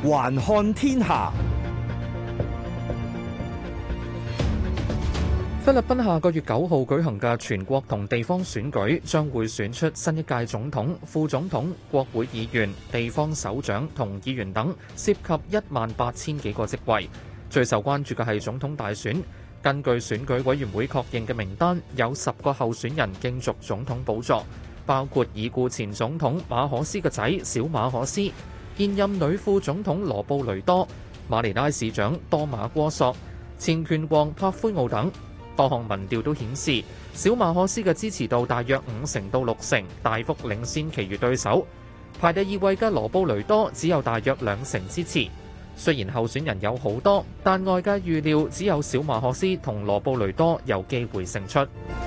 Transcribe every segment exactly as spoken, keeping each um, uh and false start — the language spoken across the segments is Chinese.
環看天下。 菲律賓下個月九號舉行嘅全國同地方選舉，將會選出新一屆總統、副總統、國會議員、地方首長同議員等，涉及一萬八千幾個職位。最受關注嘅係總統大選。根據選舉委員會確認嘅名單，有十個候選人競逐總統寶座，包括已故前總統馬可斯嘅仔小馬可斯、現任女副總統羅布雷多、馬尼拉市長多馬戈索、前拳王帕奎奧等。多項民調都顯示，小馬可斯嘅支持度大約五成到六成，大幅領先其餘對手。排第二位嘅羅布雷多只有大約兩成支持。雖然候選人有好多，但外界預料只有小馬可斯同羅布雷多有機會勝出。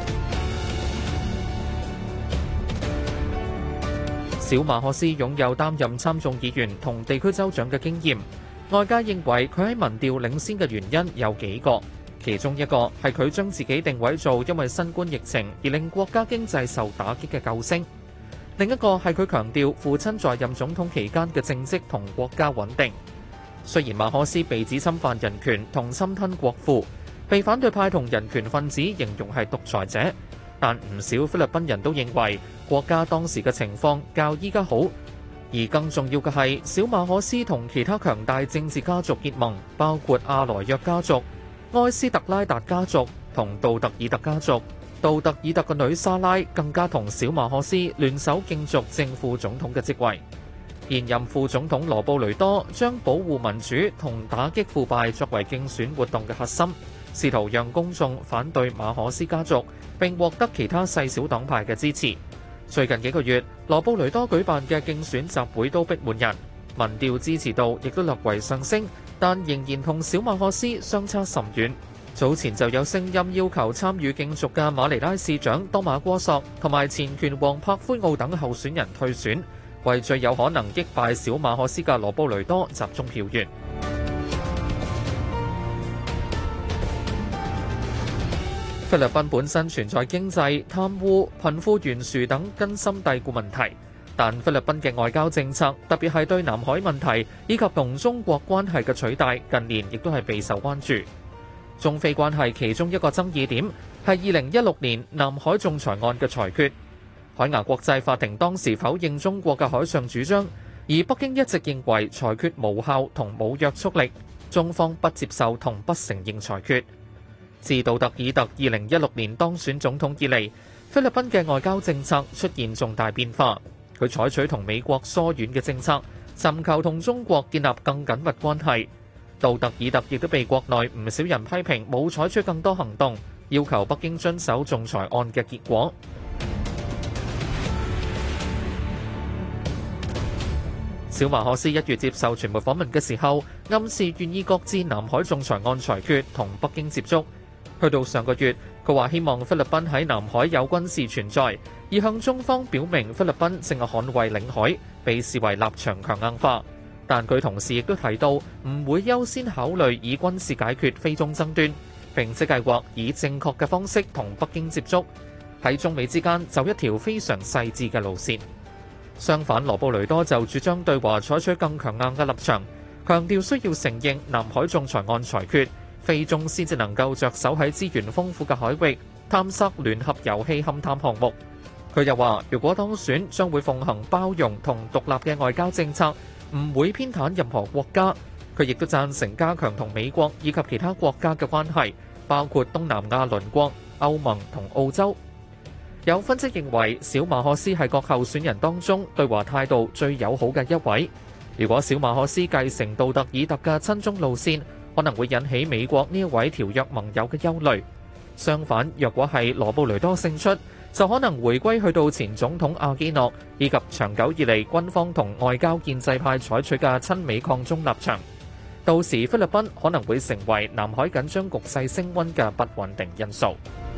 小馬可斯擁有擔任參眾議員同地區州長嘅經驗，外界認為佢喺民調領先嘅原因有幾個。其中一個係佢將自己定位做因為新冠疫情而令國家經濟受打擊嘅救星，另一個係佢強調父親在任總統期間嘅政績同國家穩定。雖然馬可斯被指侵犯人權同侵吞國庫，被反對派同人權分子形容係獨裁者，但唔少菲律賓人都認為國家當時嘅情況較依家好。而更重要嘅係，小馬可斯同其他強大政治家族結盟，包括阿萊約家族、埃斯特拉達家族同杜特爾特家族。杜特爾特嘅女莎拉更加同小馬可斯聯手競逐正副總統嘅職位。現任副總統羅布雷多將保護民主同打擊腐敗作為競選活動嘅核心，試圖讓公眾反對馬可斯家族，並獲得其他細小黨派嘅支持。最近幾個月，羅布雷多舉辦嘅競選集會都逼滿人，民調支持度亦都略為上升，但仍然同小馬可斯相差甚遠。早前就有聲音要求參與競逐嘅馬尼拉市長多馬戈索同埋前拳王帕奎奧等候選人退選，為最有可能擊敗小馬可斯嘅羅布雷多集中票源。菲律賓本身存在經濟、貪污、貧富懸殊等根深蒂固問題，但菲律賓嘅外交政策，特別係對南海問題以及同中國關係嘅取態，近年亦都係備受關注。中菲關係其中一個爭議點係二零一六年南海仲裁案嘅裁決。海牙國際法庭當時否認中國嘅海上主張，而北京一直認為裁決無效同冇約束力，中方不接受同不承認裁決。自杜特爾特二零一六年當選總統以嚟，菲律賓嘅外交政策出現重大變化。佢採取同美國疏遠嘅政策，尋求同中國建立更緊密關係。杜特爾特亦都被國內唔少人批評冇採取更多行動，要求北京遵守仲裁案嘅結果。小馬可斯一月接受傳媒訪問嘅時候，暗示願意擱置南海仲裁案裁決同北京接觸。去到上個月，佢話希望菲律賓喺南海有軍事存在，而向中方表明菲律賓正係捍衛領海，被視為立場強硬化。但佢同時亦都提到，唔會優先考慮以軍事解決菲中爭端，並且計劃以正確嘅方式同北京接觸，喺中美之間走一條非常細緻嘅路線。相反，羅布雷多就主張對華採取更強硬嘅立場，強調需要承認南海仲裁案裁決，菲中先至能夠着手喺資源豐富嘅海域探索聯合油氣勘探項目。佢又話，如果當選，將會奉行包容同獨立嘅外交政策，唔會偏袒任何國家。佢亦都贊成加強同美國以及其他國家嘅關係，包括東南亞鄰國、歐盟同澳洲。有分析認為，小馬可斯係各候選人當中對華態度最友好嘅一位。如果小馬可斯繼承杜特爾特嘅親中路線，可能會引起美國呢一位條約盟友嘅憂慮。相反，若果係羅布雷多勝出，就可能回歸去到前總統阿基諾以及長久以嚟軍方同外交建制派採取嘅親美抗中立場。到時菲律賓可能會成為南海緊張局勢升溫嘅不穩定因素。